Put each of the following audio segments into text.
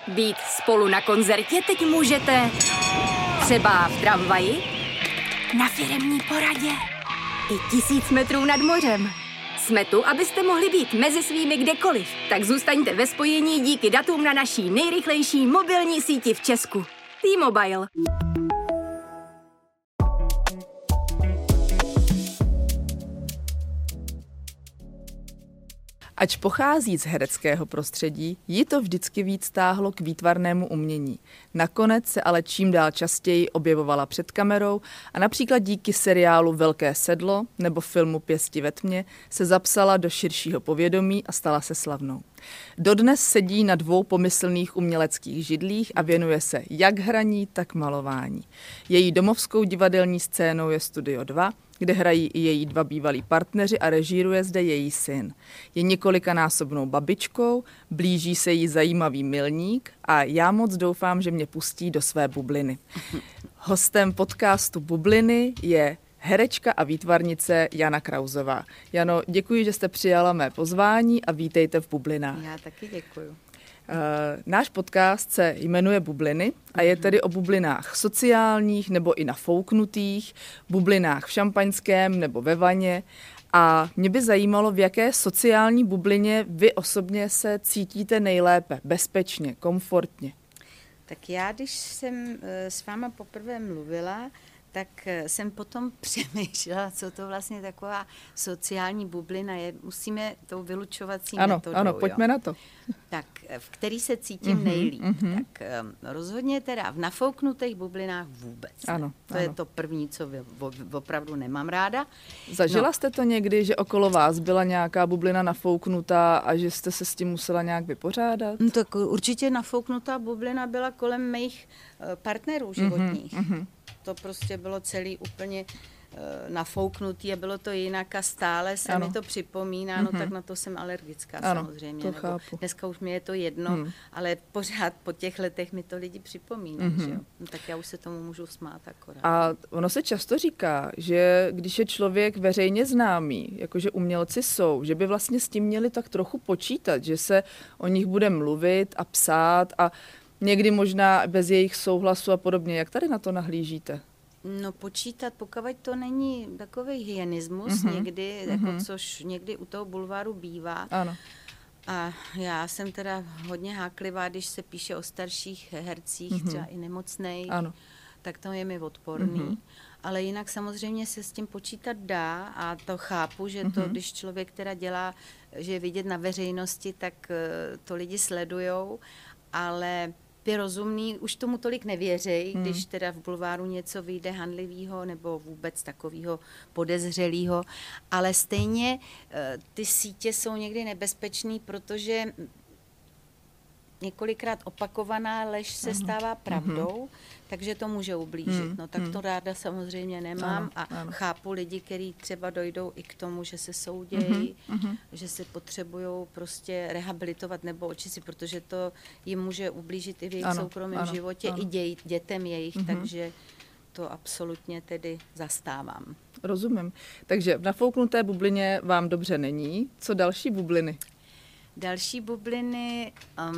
Být spolu na koncertě teď můžete třeba v tramvaji, na firemní poradě i 1000 metrů nad mořem. Jsme tu, abyste mohli být mezi svými kdekoliv. Tak zůstaňte ve spojení díky datům na naší nejrychlejší mobilní síti v Česku. T-Mobile. Ač pochází z hereckého prostředí, ji to vždycky víc táhlo k výtvarnému umění. Nakonec se ale čím dál častěji objevovala před kamerou a například díky seriálu Velké sedlo nebo filmu Pěsti ve tmě se zapsala do širšího povědomí a stala se slavnou. Dodnes sedí na 2 pomyslných uměleckých židlích a věnuje se jak hraní, tak malování. Její domovskou divadelní scénou je Studio 2, kde hrají i její 2 bývalí partneři a režíruje zde její syn. Je několikanásobnou babičkou, blíží se jí zajímavý milník a já moc doufám, že mě pustí do své bubliny. Hostem podcastu Bubliny je herečka a výtvarnice Jana Krausová. Jano, děkuji, že jste přijala mé pozvání a vítejte v Bublinách. Já taky děkuju. Náš podcast se jmenuje Bubliny a je tedy o bublinách sociálních nebo i nafouknutých, bublinách v šampaňském nebo ve vaně. A mě by zajímalo, v jaké sociální bublině vy osobně se cítíte nejlépe, bezpečně, komfortně. Tak já, když jsem s váma poprvé mluvila, tak jsem potom přemýšlela, co to vlastně taková sociální bublina je. Musíme tou vylučovací metodou. Ano, pojďme na to. Tak, v který se cítím nejlíp. Tak rozhodně teda v nafouknutých bublinách vůbec. To je to první, co opravdu nemám ráda. Zažila jste to někdy, že okolo vás byla nějaká bublina nafouknutá a že jste se s tím musela nějak vypořádat? Tak určitě nafouknutá bublina byla kolem mých partnerů životních. To prostě bylo celý úplně nafouknutý a bylo to jinak a stále se mi to připomíná, no tak na to jsem alergická samozřejmě. To chápu. Dneska už mi je to jedno, ale pořád po těch letech mi to lidi připomínají, že jo? No, tak já už se tomu můžu smát akorát. A ono se často říká, že když je člověk veřejně známý, jakože umělci jsou, že by vlastně s tím měli tak trochu počítat, že se o nich bude mluvit a psát a někdy možná bez jejich souhlasu a podobně. Jak tady na to nahlížíte? No počítat, pokud to není takový hyenismus někdy, jako což někdy u toho bulváru bývá. Ano. A já jsem teda hodně háklivá, když se píše o starších hercích, třeba i nemocnej, tak to je mi odporný. Ale jinak samozřejmě se s tím počítat dá a to chápu, že to, když člověk teda dělá, že je vidět na veřejnosti, tak to lidi sledujou, ale ty rozumný už tomu tolik nevěří, když teda v bulváru něco vyjde handlivýho nebo vůbec takového podezřelého, ale stejně ty sítě jsou někdy nebezpečný, protože několikrát opakovaná lež se stává pravdou, takže to může ublížit. No tak to ráda samozřejmě nemám a chápu lidi, kteří třeba dojdou i k tomu, že se soudějí, že se potřebují prostě rehabilitovat nebo očistit, protože to jim může ublížit i v jejich soukromém životě, i dětem jejich, takže to absolutně tedy zastávám. Rozumím. Takže v nafouknuté bublině vám dobře není. Co další bubliny? Další bubliny,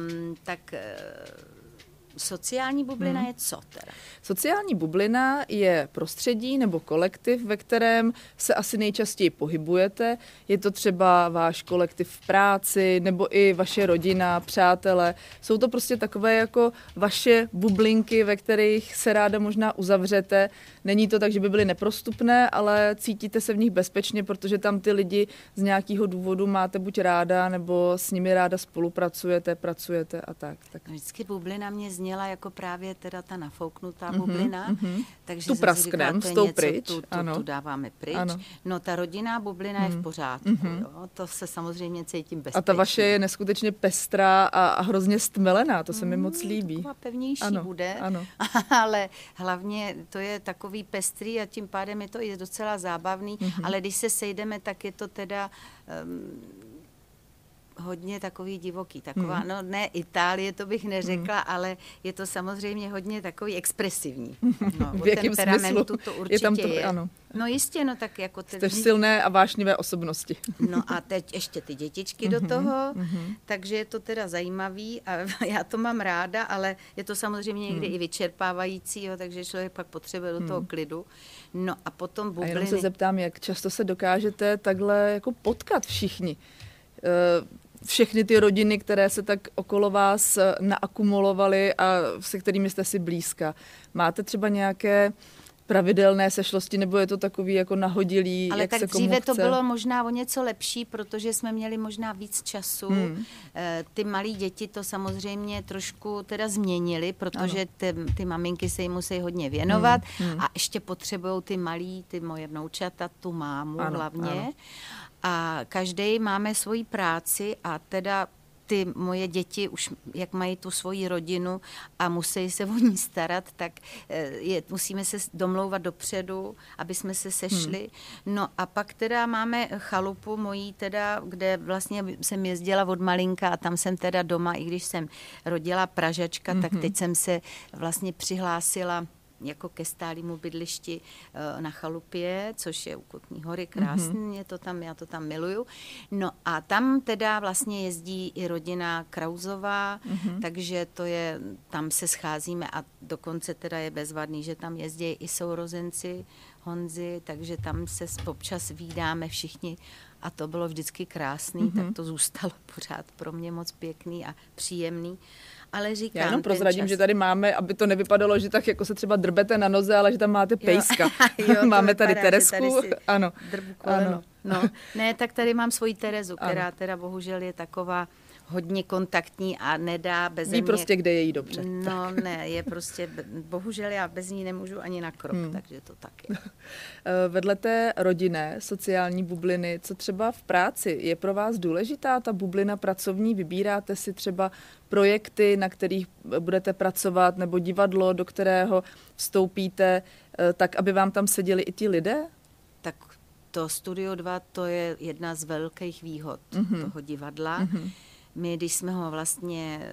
sociální bublina je co teda? Sociální bublina je prostředí nebo kolektiv, ve kterém se asi nejčastěji pohybujete. Je to třeba váš kolektiv v práci nebo i vaše rodina, přátelé. Jsou to prostě takové jako vaše bublinky, ve kterých se ráda možná uzavřete. Není to tak, že by byly neprostupné, ale cítíte se v nich bezpečně, protože tam ty lidi z nějakého důvodu máte buď ráda, nebo s nimi ráda spolupracujete, pracujete a tak. Vždycky bublina mě zněla jako právě teda ta nafouknutá bublina. Takže tu prasknem, s tou pryč. Tu dáváme pryč. Ano. No ta rodinná bublina je v pořádku. Jo? To se samozřejmě cítím bezpečně. A ta vaše je neskutečně pestrá a hrozně stmelená, to se mi moc líbí. Taková pevnější bude, ale hlavně to je takový pestrý a tím pádem je to i docela zábavný, ale když se sejdeme, tak je to teda hodně takový divoký, taková, no ne Itálie, to bych neřekla, ale je to samozřejmě hodně takový expresivní. No, v jakém smyslu? To určitě je. Tam to, ano. No jistě, no tak jako... Jste silné a vášnivé osobnosti. No a teď ještě ty dětičky do toho, takže je to teda zajímavý a já to mám ráda, ale je to samozřejmě někdy i vyčerpávající, jo, takže člověk pak potřebuje do toho klidu. No a potom bubliny... A jenom se zeptám, jak často se dokážete takhle jako potkat všichni? Všechny ty rodiny, které se tak okolo vás naakumulovaly a se kterými jste si blízka. Máte třeba nějaké pravidelné sešlosti, nebo je to takový jako nahodilý, ale jak tak se komu dříve chce? to bylo možná o něco lepší, protože jsme měli možná víc času. Ty malí děti to samozřejmě trošku teda změnili, protože ty maminky se jim musí hodně věnovat a ještě potřebují ty malí, ty moje vnoučata, tu mámu hlavně. Ano. A každý máme svoji práci a teda ty moje děti už, jak mají tu svoji rodinu a musí se o ní starat, tak musíme se domlouvat dopředu, aby jsme se sešli. No a pak teda máme chalupu mojí teda, kde vlastně jsem jezdila od malinka a tam jsem teda doma, i když jsem rodila Pražačka, tak teď jsem se vlastně přihlásila jako ke stálému bydlišti na chalupě, což je u Kutní Hory, krásný, je to tam, já to tam miluju. No a tam teda vlastně jezdí i rodina Krauzová, takže to je, tam se scházíme a dokonce teda je bezvadný, že tam jezdí i sourozenci Honzy, takže tam se občas vídáme všichni a to bylo vždycky krásný, tak to zůstalo pořád pro mě moc pěkný a příjemný. Ale říkám, já jenom prozradím, že tady máme, aby to nevypadalo, že tak jako se třeba drbete na noze, ale že tam máte pejska. Jo, máme tady Teresku. Tady ano. Ano. No, ne, tak tady mám svoji Terezu, která teda bohužel je taková hodně kontaktní a nedá bez mě. Ví prostě, kde je jí dobře. No ne, je prostě, bohužel já bez ní nemůžu ani na krok, takže to tak je. Vedle té rodinné sociální bubliny, co třeba v práci, je pro vás důležitá ta bublina pracovní? Vybíráte si třeba projekty, na kterých budete pracovat, nebo divadlo, do kterého vstoupíte, tak, aby vám tam seděli i ti lidé? Tak to Studio 2, to je jedna z velkých výhod toho divadla. My, když jsme ho vlastně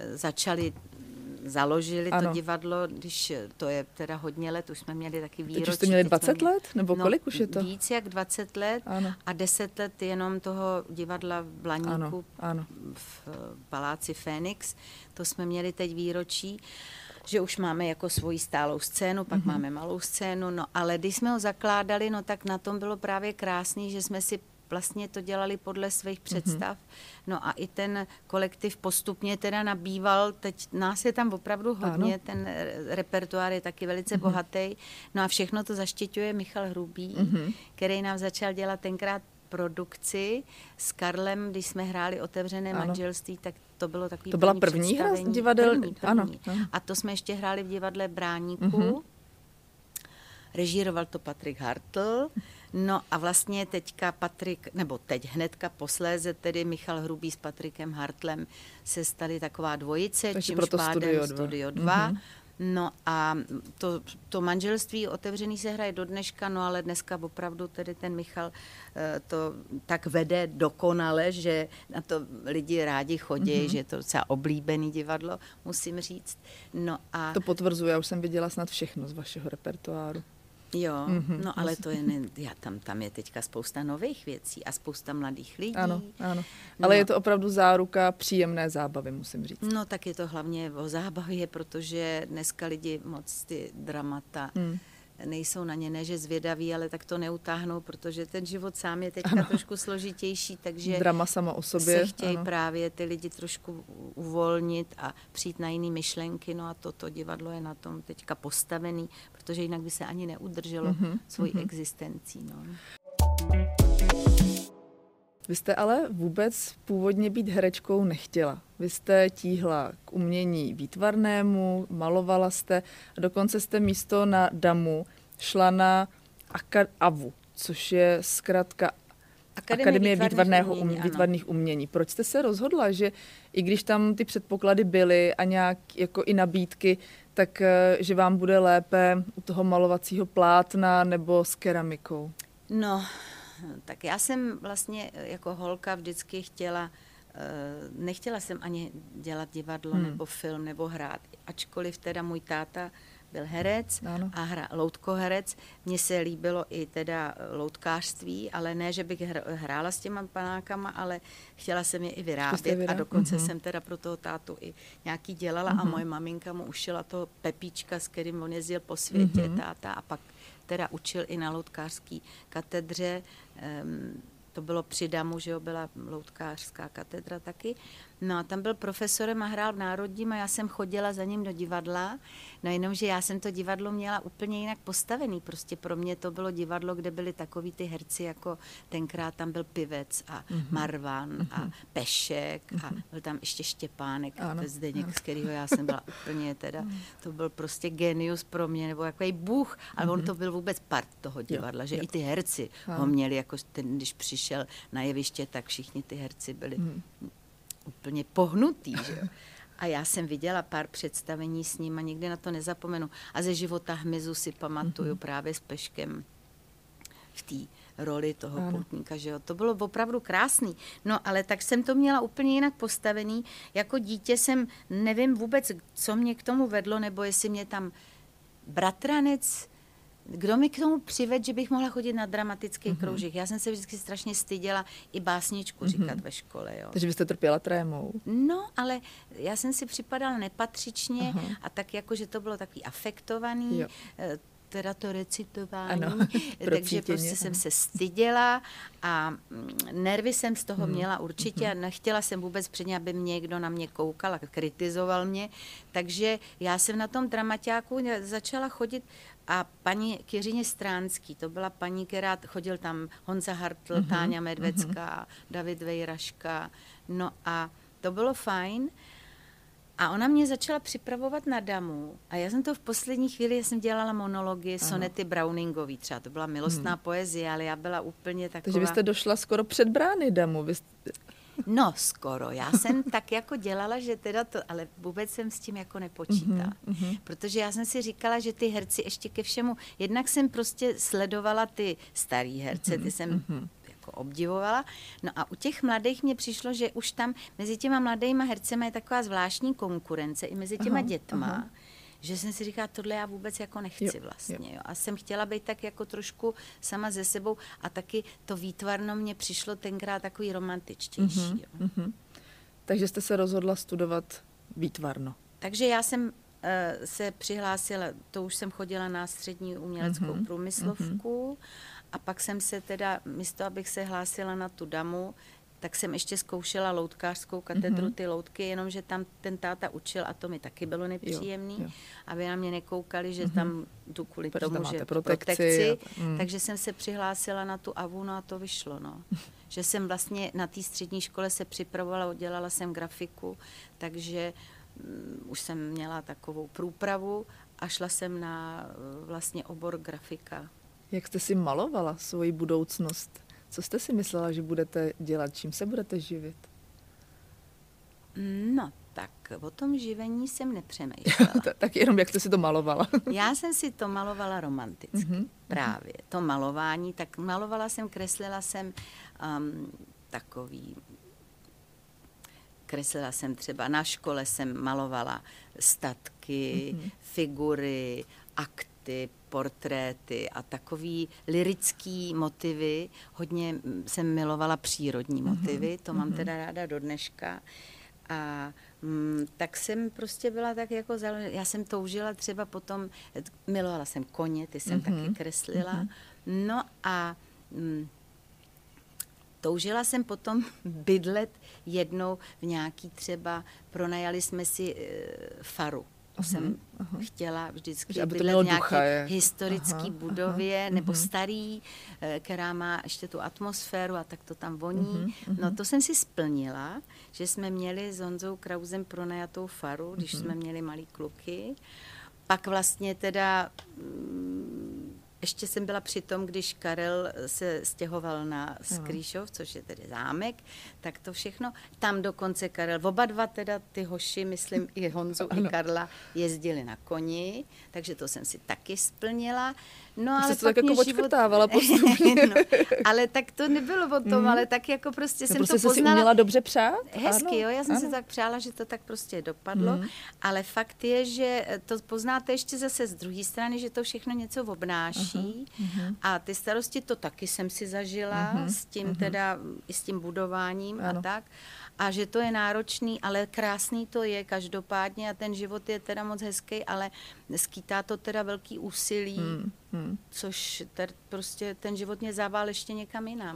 založili to divadlo, když to je teda hodně let, už jsme měli taky výročí. Teď jste měli 20 let? Nebo kolik už je to? Víc jak 20 let a 10 let jenom toho divadla v Blaníku v paláci Fénix. To jsme měli teď výročí, že už máme jako svoji stálou scénu, pak máme malou scénu, no ale když jsme ho zakládali, no tak na tom bylo právě krásný, že jsme si vlastně to dělali podle svých představ. No a i ten kolektiv postupně teda nabýval, teď nás je tam opravdu hodně, ten repertoár je taky velice bohatý. No a všechno to zaštiťuje Michal Hrubý, který nám začal dělat tenkrát produkci s Karlem, když jsme hráli Otevřené manželství, tak to bylo takový to byla první hra z divadel? První. Ano. A to jsme ještě hráli v divadle Bráníku. Režíroval to Patrik Hartl. No a vlastně teďka hnedka posléze tedy Michal Hrubý s Patrikem Hartlem se stali taková dvojice, čímž pádem Studio 2. No a to manželství Otevřený se hraje do dneška, no ale dneska opravdu tedy ten Michal to tak vede dokonale, že na to lidi rádi chodí, že je to docela oblíbený divadlo, musím říct. No a to potvrzuje, já už jsem viděla snad všechno z vašeho repertoáru. Jo, no ale to je, tam je teďka spousta nových věcí a spousta mladých lidí. Ano. Ale je to opravdu záruka příjemné zábavy, musím říct. No tak je to hlavně o zábavě, protože dneska lidi moc ty dramata nejsou na ně, ne že zvědaví, ale tak to neutáhnou, protože ten život sám je teďka trošku složitější, takže drama sama o sobě se chtějí právě ty lidi trošku uvolnit a přijít na jiný myšlenky, no a toto divadlo je na tom teďka postavený, protože jinak by se ani neudrželo svojí existencí. No. Vy jste ale vůbec původně být herečkou nechtěla. Vy jste tíhla k umění výtvarnému, malovala jste a dokonce jste místo na damu šla na AVU, což je zkrátka Akademie výtvarných umění. Proč jste se rozhodla, že i když tam ty předpoklady byly a nějak jako i nabídky, tak že vám bude lépe u toho malovacího plátna nebo s keramikou? No, tak já jsem vlastně jako holka vždycky chtěla nechtěla jsem ani dělat divadlo nebo film nebo hrát, ačkoliv teda můj táta byl herec a loutkoherec. Mně se líbilo i teda loutkářství, ale ne, že bych hrála s těma panákama, ale chtěla jsem je i vyrábět a dokonce jsem teda pro toho tátu i nějaký dělala a moje maminka mu ušila toho Pepíčka, s kterým on jezdil po světě, táta, a pak teda učil i na loutkářské katedře. To bylo při Damu, že jo, byla loutkářská katedra taky. No a tam byl profesorem a hrál v Národním a já jsem chodila za ním do divadla. No jenomže já jsem to divadlo měla úplně jinak postavený. Prostě pro mě to bylo divadlo, kde byli takový ty herci, jako tenkrát tam byl Pivec a Marvan a Pešek a byl tam ještě Štěpánek, Zdeněk, z kterého já jsem byla úplně teda, to byl prostě genius pro mě, nebo takový bůh, ale on to byl vůbec part toho divadla, že i ty herci ho měli, jako ten, když přišel na jeviště, tak všichni ty herci byli úplně pohnutý, že jo. A já jsem viděla pár představení s ním a nikdy na to nezapomenu. A ze Života hmyzu si pamatuju právě s Peškem v té roli toho poutníka, že jo. To bylo opravdu krásný. No ale tak jsem to měla úplně jinak postavený. Jako dítě jsem, nevím vůbec, co mě k tomu vedlo, nebo jestli mě tam bratranec, kdo mi k tomu přivedl, že bych mohla chodit na dramatický kroužek. Já jsem se vždycky strašně styděla i básničku říkat ve škole. Jo. Takže byste trpěla trémou. No, ale já jsem si připadala nepatřičně a tak jako, že to bylo takový afektovaný, teda to recitování, takže prostě jsem se styděla a nervy jsem z toho měla určitě a nechtěla jsem vůbec předně, aby někdo na mě koukal a kritizoval mě, takže já jsem na tom dramaťáku začala chodit a paní Kyřině Stránský, to byla paní, která chodil tam Honza Hartl, Táňa Medvecká, David Vejraška, no a to bylo fajn. A ona mě začala připravovat na Damu a já jsem to v poslední chvíli, já jsem dělala monology, sonety Browningový třeba, to byla milostná poezie, ale já byla úplně taková... Takže vy jste došla skoro před brány Damu. No skoro, já jsem tak jako dělala, že teda to, ale vůbec jsem s tím jako nepočítala, protože já jsem si říkala, že ty herci ještě ke všemu, jednak jsem prostě sledovala ty starý herce, ty jsem obdivovala. No a u těch mladých mě přišlo, že už tam mezi těma mladýma hercema je taková zvláštní konkurence i mezi těma dětma, že jsem si říkala, tohle já vůbec jako nechci vlastně. Jo. A jsem chtěla být tak jako trošku sama ze sebou a taky to výtvarno mě přišlo tenkrát takový romantičtější. Takže jste se rozhodla studovat výtvarno. Takže já jsem se přihlásila, to už jsem chodila na střední uměleckou průmyslovku a pak jsem se teda, místo abych se hlásila na tu Damu, tak jsem ještě zkoušela loutkářskou katedru, ty loutky, jenomže tam ten táta učil a to mi taky bylo nepříjemný, aby na mě nekoukali, že tam jdu kvůli tomu, že protekci. Takže jsem se přihlásila na tu AVU, no a to vyšlo, no. Že jsem vlastně na té střední škole se připravovala, dělala jsem grafiku, takže už jsem měla takovou průpravu a šla jsem na vlastně obor grafika. Jak jste si malovala svoji budoucnost? Co jste si myslela, že budete dělat? Čím se budete živit? No, tak o tom živení jsem nepřemýšlela. Tak jenom jak jste si to malovala? Já jsem si to malovala romanticky. Právě. To malování, tak malovala jsem, kreslila jsem kreslila jsem třeba na škole, jsem malovala statky, figury, akty, portréty a takový lyrický motivy. Hodně jsem milovala přírodní motivy, to mám teda ráda do dneška. A tak jsem prostě byla tak jako já jsem toužila třeba potom, milovala jsem koně, ty jsem taky kreslila. No a toužila jsem potom bydlet jednou v nějaký třeba, pronajali jsme si faru. Jsem chtěla vždycky bydlet v nějaké historické budově nebo starý, která má ještě tu atmosféru a tak to tam voní. No to jsem si splnila, že jsme měli s Honzou Krausem pronajatou faru, když jsme měli malý kluky. Pak vlastně teda ještě jsem byla při tom, když Karel se stěhoval na Skrýšov, což je tedy zámek, tak to všechno, tam dokonce Karel, oba dva teda ty hoši, myslím i Honzu, i Karla, jezdili na koni, takže to jsem si taky splnila. No, tak ale jsi to tak jako odškrtávala postupně. No, ale tak to nebylo o tom, ale tak jako prostě jsem prostě to poznala. Jsi si uměla dobře přát? Hezky, jo, já jsem se tak přála, že to tak prostě dopadlo, ale fakt je, že to poznáte ještě zase z druhé strany, že to všechno něco obnáší a ty starosti to taky jsem si zažila s tím teda, i s tím budováním a tak. A že to je náročný, ale krásný to je každopádně a ten život je teda moc hezký, ale skýtá to teda velký úsilí, což prostě ten život mě zával ještě někam jinam.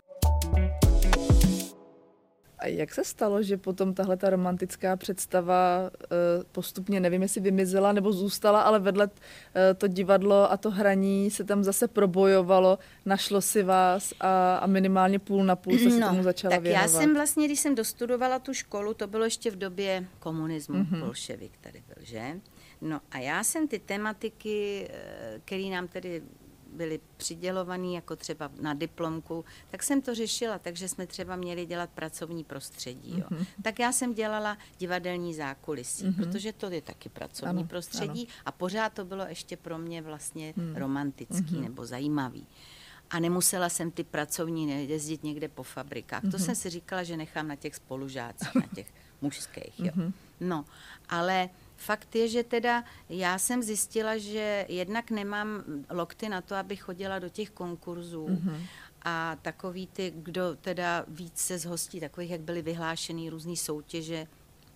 A jak se stalo, že potom tahle ta romantická představa postupně, nevím, jestli vymizela nebo zůstala, ale vedle to divadlo a to hraní se tam zase probojovalo, našlo si vás a minimálně půl na půl se tomu začala věnovat? Já jsem vlastně, když jsem dostudovala tu školu, to bylo ještě v době komunismu, bolševik tady byl, že? No a já jsem ty tematiky, které nám tedy byly přidělovaný jako třeba na diplomku, tak jsem to řešila, takže jsme třeba měli dělat pracovní prostředí. Jo. Tak já jsem dělala divadelní zákulisí, protože to je taky pracovní prostředí a pořád to bylo ještě pro mě vlastně romantický nebo zajímavý. A nemusela jsem ty pracovní jezdit někde po fabrikách. To jsem si říkala, že nechám na těch spolužácích, na těch mužských. Jo. No, ale fakt je, že teda já jsem zjistila, že jednak nemám lokty na to, abych chodila do těch konkurzů a takový ty, kdo teda víc se zhostí, takových, jak byly vyhlášený různý soutěže,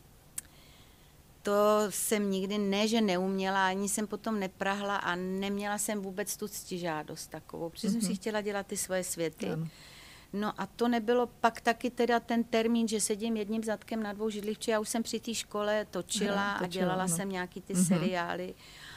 to jsem nikdy že neuměla, ani jsem potom neprahla a neměla jsem vůbec tu ctižádost takovou, protože jsem si chtěla dělat ty svoje světy. No a to nebylo pak taky teda ten termín, že sedím jedním zadkem na dvou židlích, protože já už jsem při té škole točila a dělala jsem nějaký ty seriály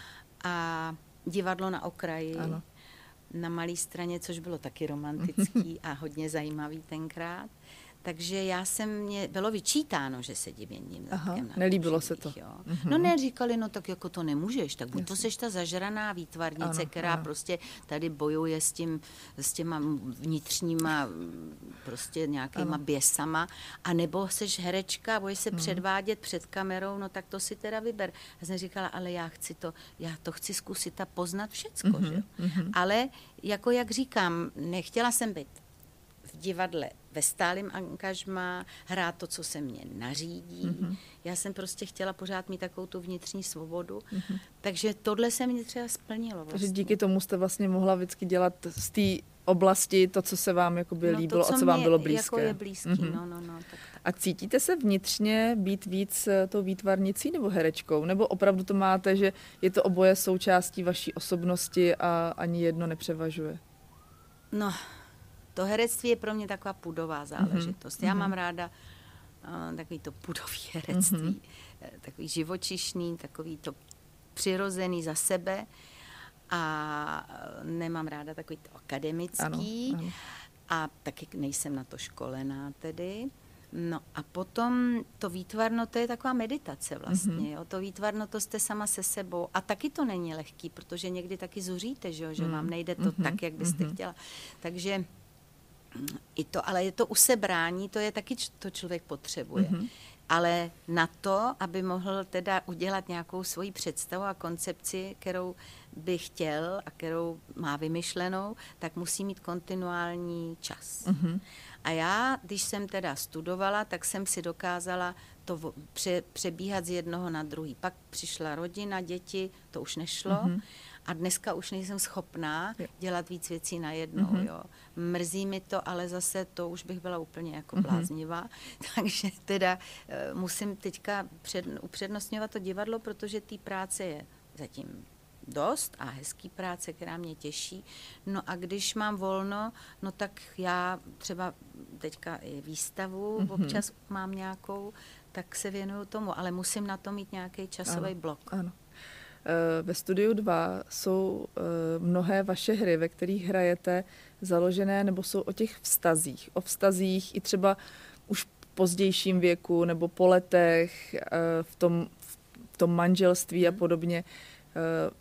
a divadlo na okraji, na Malé Straně, což bylo taky romantický a hodně zajímavý tenkrát. Takže mě bylo vyčítáno, že sedím jedním zadkem na nelíbilo se to. Jo. No ne, říkali, no tak jako to nemůžeš, tak buď to seš ta zažraná výtvarnice, která prostě tady bojuje s těma vnitřníma prostě nějakýma běsama, a nebo seš herečka, bojíš se předvádět před kamerou, no tak to si teda vyber. Já jsem říkala, ale já to chci zkusit a poznat všecko, že? Ale jako jak říkám, nechtěla jsem být v divadle ve stálém angažmá, hrát to, co se mě nařídí. Já jsem prostě chtěla pořád mít takovou tu vnitřní svobodu, takže tohle se mě třeba splnilo. Vlastně. Takže díky tomu jste vlastně mohla vždycky dělat z té oblasti to, co se vám jakoby líbilo a co vám bylo blízké. Jako je blízký, tak. A cítíte se vnitřně být víc tou výtvarnicí nebo herečkou? Nebo opravdu to máte, že je to oboje součástí vaší osobnosti a ani jedno nepřevažuje? No, to herectví je pro mě taková pudová záležitost. Já mám ráda takový to pudový herectví, takový živočišný, takový to přirozený za sebe a nemám ráda takový to akademický a taky nejsem na to školená tedy. No a potom to výtvarno, to je taková meditace vlastně, jo? To výtvarno, to jste sama se sebou a taky to není lehký, protože někdy taky zuříte, že vám nejde to tak, jak byste chtěla. Takže ale je to usebrání, to je taky, to člověk potřebuje. Ale na to, aby mohl teda udělat nějakou svoji představu a koncepci, kterou by chtěl a kterou má vymyšlenou, tak musí mít kontinuální čas. A já, když jsem teda studovala, tak jsem si dokázala to přebíhat z jednoho na druhý. Pak přišla rodina, děti, to už nešlo. A dneska už nejsem schopná dělat víc věcí najednou. Jo. Mrzí mi to, ale zase to už bych byla úplně jako bláznivá. Takže teda musím teďka upřednostňovat to divadlo, protože té práce je zatím dost a hezký práce, která mě těší. No a když mám volno, no tak já třeba teďka i výstavu občas mám nějakou, tak se věnuju tomu, ale musím na to mít nějaký časový blok. Ano. Ve Studiu 2 jsou mnohé vaše hry, ve kterých hrajete, založené nebo jsou o těch vztazích. O vztazích i třeba už v pozdějším věku nebo po letech, v tom manželství a podobně.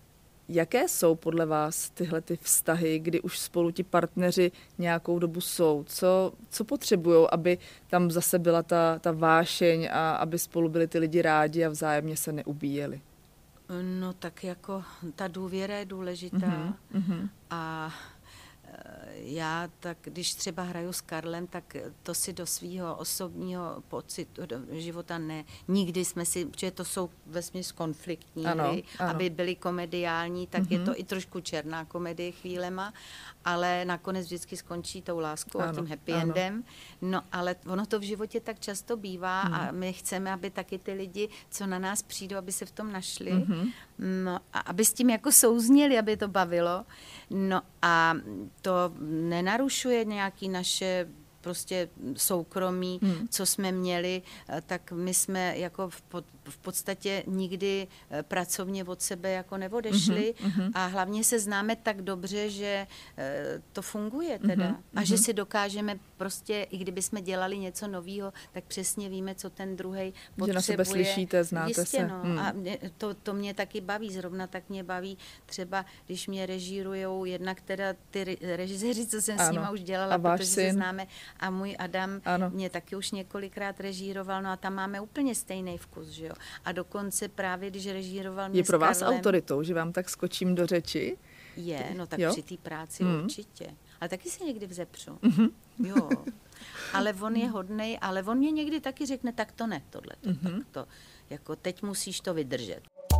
Jaké jsou podle vás tyhle ty vztahy, kdy už spolu ti partneři nějakou dobu jsou? Co potřebují, aby tam zase byla ta vášeň a aby spolu byli ty lidi rádi a vzájemně se neubíjeli? No tak jako ta důvěra je důležitá a já tak, když třeba hraju s Karlem, tak to si do svého osobního pocitu života nikdy jsme si, protože to jsou vesměs konfliktní hry, aby byly komediální, tak je to i trošku černá komedie chvílema, ale nakonec vždycky skončí tou láskou a tím happy endem. No ale ono to v životě tak často bývá a my chceme, aby taky ty lidi, co na nás přijdou, aby se v tom našli, no a aby s tím jako souzněli, aby to bavilo. No a to nenarušuje nějaký naše prostě soukromí, co jsme měli, tak my jsme jako v podstatě nikdy pracovně od sebe jako neodešli a hlavně se známe tak dobře, že to funguje teda a že si dokážeme prostě, i kdyby jsme dělali něco nového, tak přesně víme, co ten druhej potřebuje. Že na sebe slyšíte, znáte jistě, se. No. A to mě taky baví, zrovna tak mě baví třeba, když mě režírujou jednak teda ty režiséři, co jsem s nima už dělala, protože se známe, a můj Adam mě taky už několikrát režíroval, no a tam máme úplně stejný vkus, že jo. A dokonce právě, když režíroval mě je pro vás Karlem, autoritou, že vám tak skočím do řeči? Je, no tak při té práci určitě. Ale taky se někdy vzepřu. Jo. Ale on je hodnej, ale on mě někdy taky řekne, tak to ne, tohleto. Tak to, jako teď musíš to vydržet.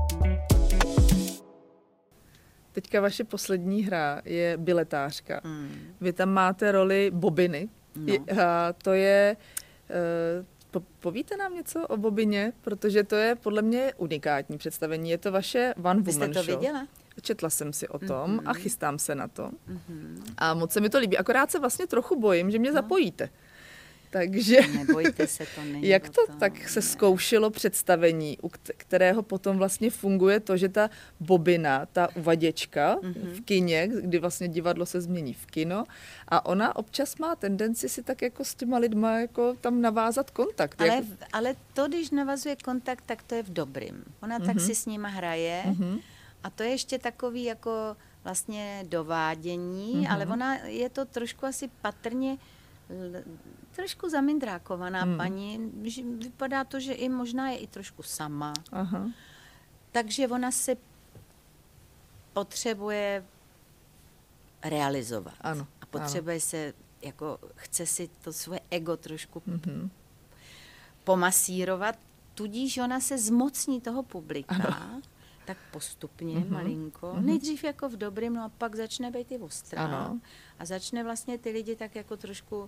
Teďka vaše poslední hra je Biletářka. Vy tam máte roli Bobiny. No. A to je... Povíte nám něco o Bobině? Protože to je podle mě unikátní představení. Je to vaše one woman show. Vy jste to viděla? Četla jsem si o tom a chystám se na to. A moc se mi to líbí. Akorát se vlastně trochu bojím, že mě zapojíte. Takže nebojte se, to není. Jak to tak se zkoušelo představení, u kterého potom vlastně funguje to, že ta Bobina, ta uvaděčka v kině, kdy vlastně divadlo se změní v kino a ona občas má tendenci si tak jako s těma lidma jako tam navázat kontakt. Ale to, když navazuje kontakt, tak to je v dobrým. Ona tak si s nima hraje a to je ještě takový jako vlastně dovádění, ale ona je to trošku asi patrně trošku zamindrákovaná paní. Vypadá to, že i možná je i trošku sama. Aha. Takže ona se potřebuje realizovat. Ano, a potřebuje se, jako chce si to svoje ego trošku pomasírovat. Tudíž ona se zmocní toho publika, tak postupně, malinko. Nejdřív jako v dobrým, no a pak začne být i ostrá. A začne vlastně ty lidi tak jako trošku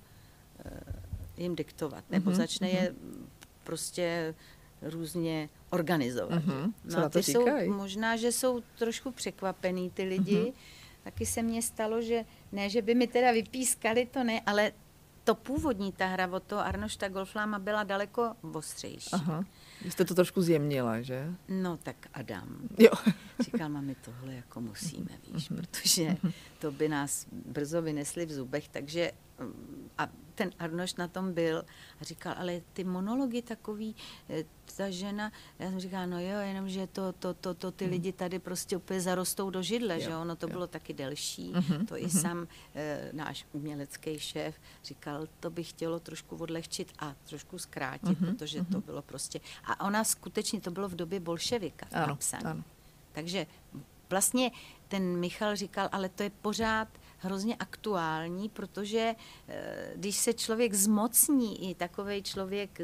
jim diktovat. Nebo začne je prostě různě organizovat. No a ty jsou, možná, že jsou trošku překvapený ty lidi. Taky se mně stalo, že ne, že by mi teda vypískali, to ne, ale to původní, ta hra od toho Arnošta Goldflama byla daleko ostřejší. Vy jste to trošku zjemnila, že? No tak Adam. Jo. Říkal, mami, tohle jako musíme, víš, protože to by nás brzo vynesli v zubech, takže a ten Arnošt na tom byl a říkal, ale ty monology takový, ta žena, já jsem říkala, no jo, jenomže to ty lidi tady prostě úplně zarostou do židle, že ono to bylo taky delší, to i sám náš umělecký šéf říkal, to by chtělo trošku odlehčit a trošku zkrátit, protože to bylo prostě, a ona skutečně, to bylo v době bolševika napsané. Takže vlastně ten Michal říkal, ale to je pořád hrozně aktuální, protože když se člověk zmocní, i takovej člověk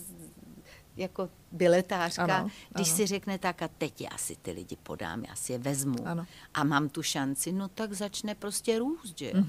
jako biletářka, když si řekne tak a teď já si ty lidi podám, já si je vezmu a mám tu šanci, no tak začne prostě růst, že?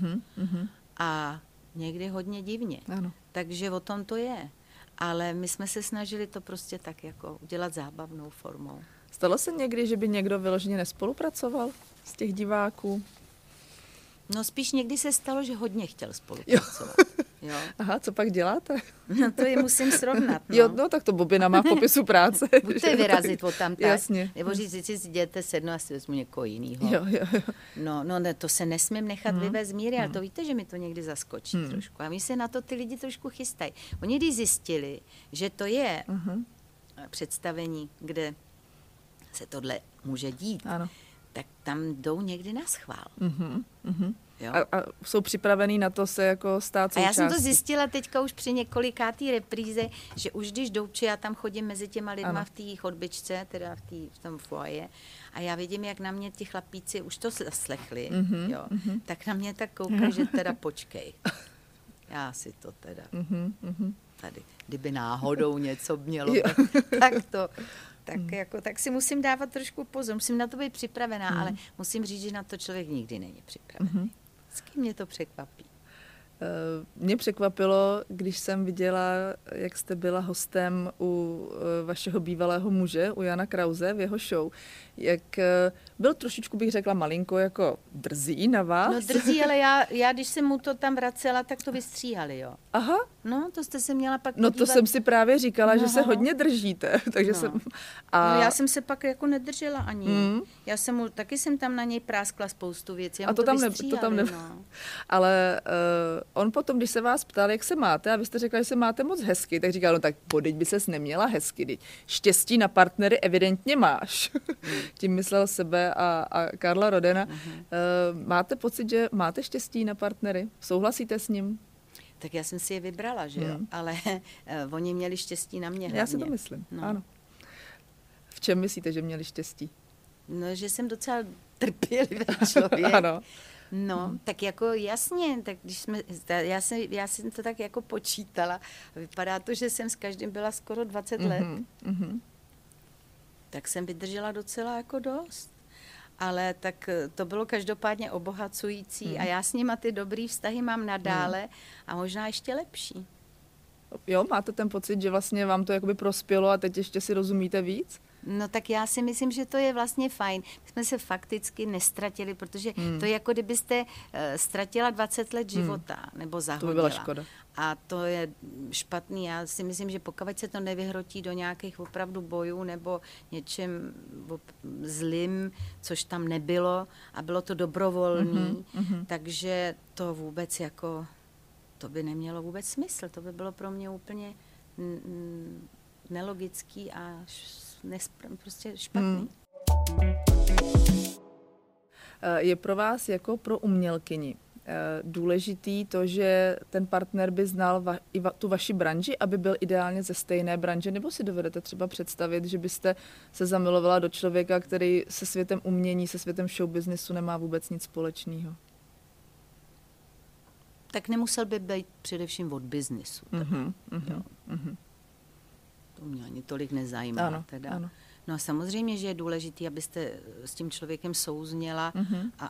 A někdy hodně divně. Takže o tom to je. Ale my jsme se snažili to prostě tak jako udělat zábavnou formou. Stalo se někdy, že by někdo vyloženě nespolupracoval z těch diváků? No spíš někdy se stalo, že hodně chtěl spolupracovat. Jo. Aha, co pak děláte? No to je musím srovnat. No. Jo, no tak to Bobina má v popisu práce. Buďte vyrazit od tam tak. Jasně. Nebo říct, si jděte sednu a si vezmu někoho jinýho. Jo. No, to se nesmím nechat vyvést z míry, ale to víte, že mi to někdy zaskočí trošku. A my se na to ty lidi trošku chystají. Oni když zjistili, že to je představení, kde se tohle může dít, tak tam jdou někdy na schvál. Jo? A jsou připravený na to se jako stát součástí. A já jsem to zjistila teďka už při několikátý repríze, že už když jdou, či já tam chodím mezi těma lidma v té chodbičce, teda v tom foaje, a já vidím, jak na mě ti chlapíci už to zaslechli, jo, tak na mě tak koukají, že teda počkej. Já si to teda tady, kdyby náhodou něco mělo, tak si musím dávat trošku pozor, musím na to být připravená, ale musím říct, že na to člověk nikdy není připravený. S kým mě to překvapí? Mě překvapilo, když jsem viděla, jak jste byla hostem u vašeho bývalého muže, u Jana Krause v jeho show, jak byl trošičku, bych řekla, malinko jako drzí na vás. No drzí, ale já když jsem mu to tam vracela, tak to vystříhali, jo. Aha. No, to jste se měla pak podívat. No to jsem si právě říkala, že se hodně držíte. Takže no já jsem se pak jako nedržela ani. Já jsem taky jsem tam na něj práskla spoustu věcí. A to tam nebylo. No. Ale on potom, když se vás ptal, jak se máte, a vy jste řekla, že se máte moc hezky, tak říkal, no tak podeď by ses neměla hezky, teď štěstí na partnery evidentně máš. Tím myslel sebe a Karla Rodena. Máte pocit, že máte štěstí na partnery? Souhlasíte s ním? Tak já jsem si je vybrala, že jo, ale oni měli štěstí na mě hlavně. Já si to myslím, ano. V čem myslíte, že měli štěstí? No, že jsem docela trpělivý člověk. Ano. No, tak jako jasně, tak když já jsem to tak jako počítala. Vypadá to, že jsem s každým byla skoro 20 let. Tak jsem vydržela docela jako dost. Ale tak to bylo každopádně obohacující a já s nima ty dobrý vztahy mám nadále a možná ještě lepší. Jo, máte ten pocit, že vlastně vám to jakoby prospělo a teď ještě si rozumíte víc? No tak já si myslím, že to je vlastně fajn. My jsme se fakticky nestratili, protože to je jako kdybyste ztratila 20 let života nebo zahodila. To by byla škoda. A to je špatný. Já si myslím, že pokud se to nevyhrotí do nějakých opravdu bojů nebo něčem zlým, což tam nebylo a bylo to dobrovolný, takže to vůbec jako, to by nemělo vůbec smysl. To by bylo pro mě úplně nelogický a prostě špatný. Je pro vás jako pro umělkyni důležitý to, že ten partner by znal tu vaši branži, aby byl ideálně ze stejné branže, nebo si dovedete třeba představit, že byste se zamilovala do člověka, který se světem umění, se světem showbiznisu nemá vůbec nic společného? Tak nemusel by být především od biznisu. To mě ani tolik nezajímá. Ano, teda. Ano. No a samozřejmě, že je důležité, abyste s tím člověkem souzněla a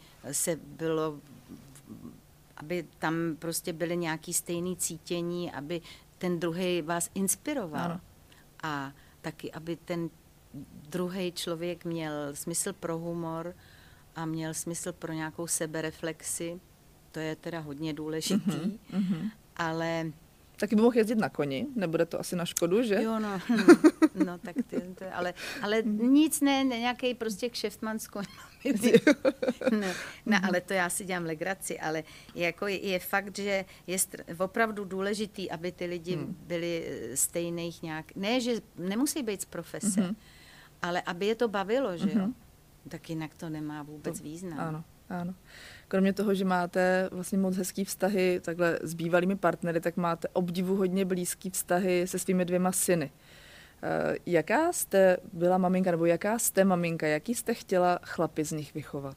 aby tam prostě byly nějaký stejný cítění, aby ten druhej vás inspiroval. Ano. A taky, aby ten druhej člověk měl smysl pro humor a měl smysl pro nějakou sebereflexi. To je teda hodně důležitý, ale... Taky by mohl jezdit na koni, nebude to asi na škodu, že? Jo, no tak ale nic nějaký prostě kšeftman s koňmi. No, ale to já si dělám legraci, ale jako je fakt, že je opravdu důležitý, aby ty lidi byli stejných nějak, ne, že nemusí být z profese, ale aby je to bavilo, že jo? Tak jinak to nemá vůbec význam. Ano. Kromě toho, že máte vlastně moc hezký vztahy takhle s bývalými partnery, tak máte obdivuhodně blízký vztahy se svými 2 syny. Jaká jste byla maminka, nebo jaká jste maminka, jaký jste chtěla chlapy z nich vychovat?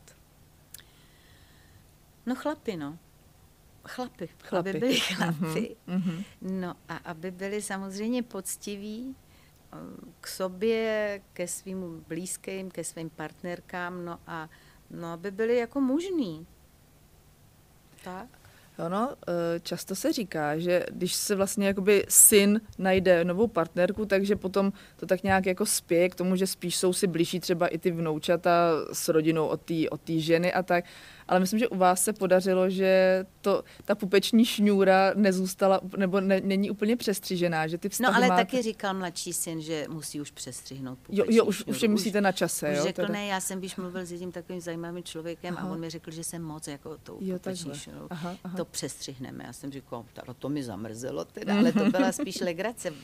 No chlapi. Aby byli chlapi. No a aby byli samozřejmě poctiví k sobě, ke svým blízkým, ke svým partnerkám, aby byli jako mužní. Tak. Ono, často se říká, že když se vlastně jakoby syn najde novou partnerku, takže potom to tak nějak jako spěje k tomu, že spíš jsou si blížší třeba i ty vnoučata s rodinou od té ženy a tak. Ale myslím, že u vás se podařilo, že ta pupeční šňůra nezůstala, nebo není úplně přestřižená, že ty vztahy ale máte... taky říkal mladší syn, že musí už přestřihnout pupeční Jo, už je myslíte na čase, už jo? Řekl, ne, já jsem když mluvil s jedním takovým zajímavým člověkem a on mi řekl, že jsem moc jako tou pupeční šňůrou. To přestřihneme. Já jsem říkal, to mi zamrzelo teda, ale to byla spíš legrace.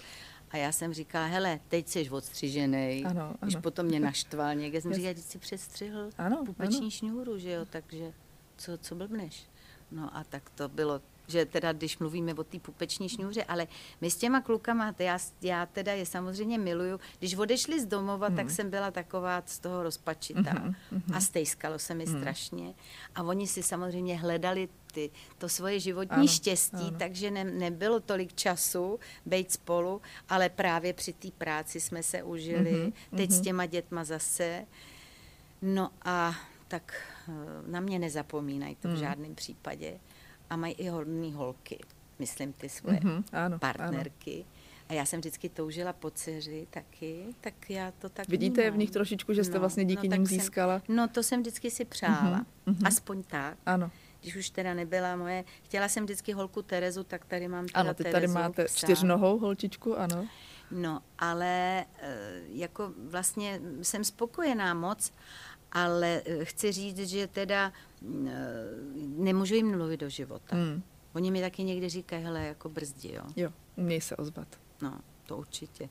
A já jsem říkala, hele, teď jsi odstřiženej. Ano. Když potom mě naštval někde, jsem říkala, teď si předstřihl pupeční šňůru, že jo, takže co blbneš. No a tak to bylo, že teda, když mluvíme o té pupeční šňůře, ale my s těma klukama, já teda je samozřejmě miluju. Když odešli z domova, tak jsem byla taková z toho rozpačitá. A stejskalo se mi strašně. A oni si samozřejmě hledali to svoje životní štěstí, takže nebylo tolik času být spolu, ale právě při té práci jsme se užili. Teď s těma dětma zase. No a tak na mě nezapomínají to v žádném případě. A mají i hodný holky, myslím ty svoje partnerky. Ano. A já jsem vždycky toužila po dceři taky, tak já to tak vidíte vnímám. V nich trošičku, že jste vlastně díky nim získala? To jsem vždycky si přála, aspoň tak. Ano. Když už teda nebyla moje, chtěla jsem vždycky holku Terezu, tak tady mám teda Terezu. Ano, tady máte čtyřnohou holčičku, ano. No, ale jako vlastně jsem spokojená moc, ale chci říct, že teda nemůžu jim mluvit do života. Oni mi taky někdy říkají, hele, jako brzdi, jo. Jo, uměj se ozvat. No, to určitě.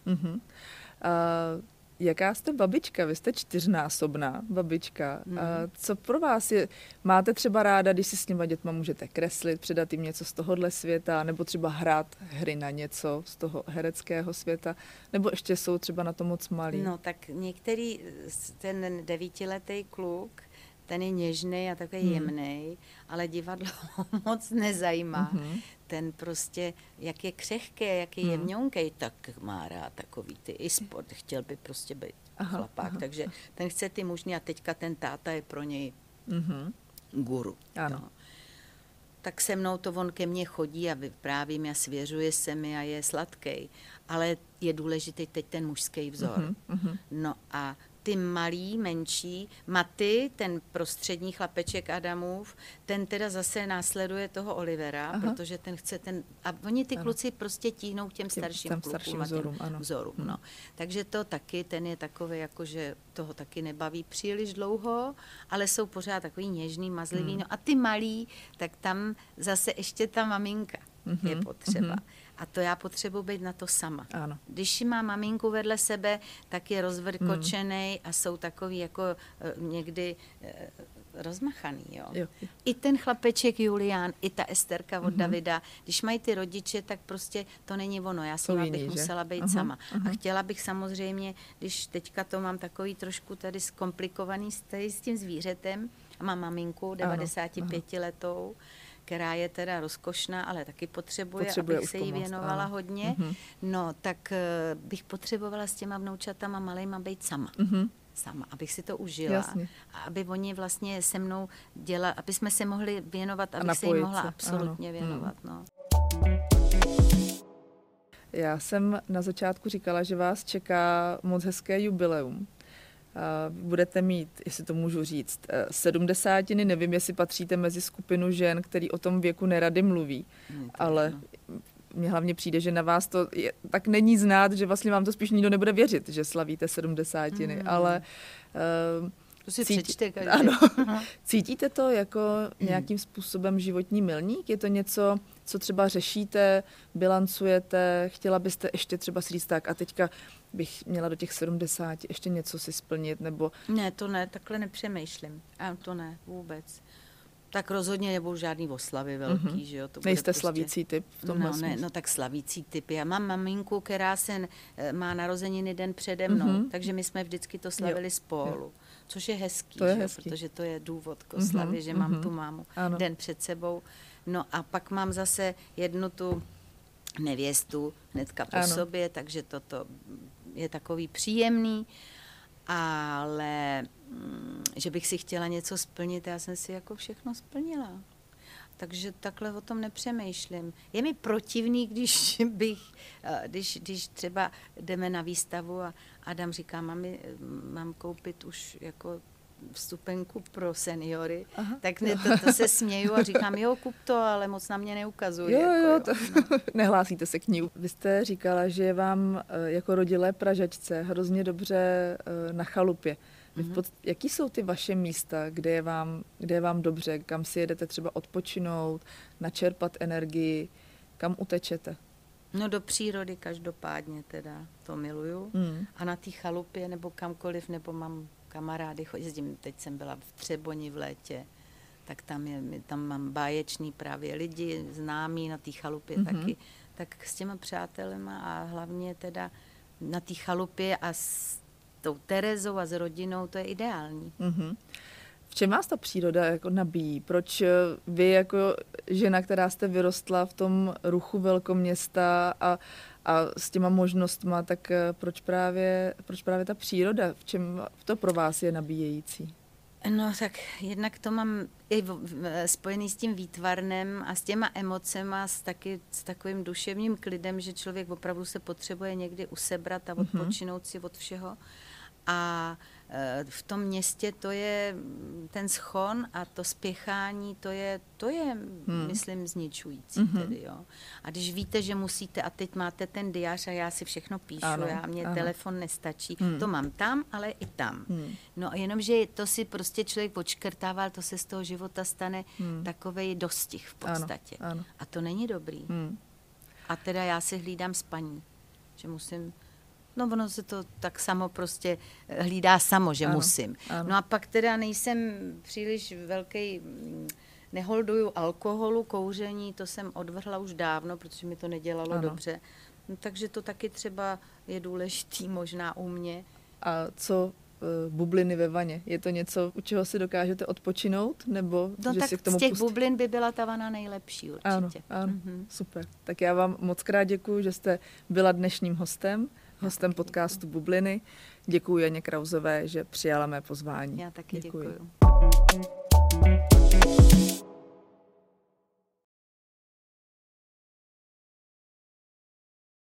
Jaká jste babička? Vy jste 4násobná babička. Co pro vás je? Máte třeba ráda, když si s těma dětma můžete kreslit, předat jim něco z tohohle světa, nebo třeba hrát hry na něco z toho hereckého světa, nebo ještě jsou třeba na to moc malí? No tak některý, ten 9letý kluk, ten je něžný a takový jemnej, ale divadlo moc nezajímá. Ten prostě, jak je křehký, jak je jemňonkej, tak má rád takový ty i sport. Chtěl by prostě být chlapák, takže ten chce ty mužný a teďka ten táta je pro něj guru. Ano. No. Tak se mnou to on ke mně chodí a vyprávím a svěřuje se mi a je sladkej. Ale je důležitý teď ten mužský vzor. No a ty malý, menší, Maty, ten prostřední chlapeček Adamův, ten teda zase následuje toho Olivera, protože ten chce a oni ty kluci prostě tíhnou těm starším klukům a těm vzorům. No. Takže to taky, ten je takový, jakože toho taky nebaví příliš dlouho, ale jsou pořád takový něžný, mazlivý. No a ty malí, tak tam zase ještě ta maminka je potřeba. A to já potřebuji být na to sama. Ano. Když mám maminku vedle sebe, tak je rozvrkočenej a jsou takový jako někdy rozmachaný. Jo. I ten chlapeček Julián, i ta Esterka od Davida, když mají ty rodiče, tak prostě to není ono. Já s nima bych musela být sama. A chtěla bych samozřejmě, když teďka to mám takový trošku tady zkomplikovaný s tím zvířetem, a mám maminku 95letou, která je teda rozkošná, ale taky potřebuje abych se jí věnovala hodně. No, tak bych potřebovala s těma vnoučatama malejma být sama. Sama, abych si to užila. Jasně. A aby oni vlastně se mnou dělali, aby jsme se mohli věnovat, abych se jim mohla absolutně věnovat. No. Já jsem na začátku říkala, že vás čeká moc hezké jubileum. Budete mít, jestli to můžu říct, 70, nevím, jestli patříte mezi skupinu žen, který o tom věku nerady mluví, ale mně hlavně přijde, že na vás to tak není znát, že vlastně vám to spíš nikdo nebude věřit, že slavíte 70, ale to si přečte každý. Ano. Cítíte to jako nějakým způsobem životní milník? Je to něco, co třeba řešíte, bilancujete, chtěla byste ještě třeba si říct tak a teďka bych měla do těch 70 ještě něco si splnit, nebo... Ne, to ne, takhle nepřemýšlím. A to ne, vůbec. Tak rozhodně nebudou žádný oslavy velký, že jo. To nejste prostě slavící typ v tomhle smyslu? No tak slavící typ. Já mám maminku, která má narozeniny den přede mnou, takže my jsme vždycky to slavili spolu. Což je hezký, protože to je důvod k oslavě, že mám tu mámu den před sebou. No a pak mám zase jednu tu nevěstu hnedka po sobě, takže toto je takový příjemný, ale že bych si chtěla něco splnit, já jsem si jako všechno splnila. Takže takhle o tom nepřemýšlím. Je mi protivný, když třeba jdeme na výstavu a Adam říká, mami, mám koupit už jako vstupenku pro seniory, tak to se směju a říkám, jo, kup to, ale moc na mě neukazuj. Nehlásíte se k ní. Vy jste říkala, že je vám jako rodilé Pražačce hrozně dobře na chalupě. Jaký jsou ty vaše místa, kde je vám dobře, kam si jedete třeba odpočinout, načerpat energii, kam utečete? No do přírody každopádně teda, to miluju. A na té chalupě nebo kamkoliv, nebo mám kamarády, jezdím, teď jsem byla v Třeboni v létě, tak tam mám báječný právě lidi, známí na té chalupě taky, tak s těma přátelema a hlavně teda na té chalupě a s tou Terezou a s rodinou, to je ideální. V čem vás ta příroda jako nabíjí? Proč vy jako žena, která jste vyrostla v tom ruchu velkoměsta a s těma možnostma, tak proč právě ta příroda? V čem to pro vás je nabíjející? No tak jednak to mám i spojený s tím výtvarnem a s těma emocema, s takovým duševním klidem, že člověk opravdu se potřebuje někdy usebrat a odpočinout si od všeho. A v tom městě to je ten schon a to spěchání, to je myslím, zničující tedy, jo. A když víte, že musíte, a teď máte ten diář a já si všechno píšu, mě telefon nestačí, to mám tam, ale i tam. No jenomže to si prostě člověk odškrtával, to se z toho života stane takovej dostih v podstatě. Ano. A to není dobrý. A teda já si hlídám spaní, že musím. No ono se to tak samo prostě hlídá samo, že musím. Ano. No a pak teda nejsem příliš velký, neholduju alkoholu, kouření, to jsem odvrhla už dávno, protože mi to nedělalo dobře. No, takže to taky třeba je důležitý možná u mě. A co bubliny ve vaně? Je to něco, u čeho si dokážete odpočinout? Nebo no že tak si k tomu z těch bublin by byla ta vana nejlepší určitě. Ano, super. Tak já vám moc krát děkuju, že jste byla dnešním hostem podcastu Bubliny. Děkuji Janě Krausové, že přijala mé pozvání. Já taky děkuju.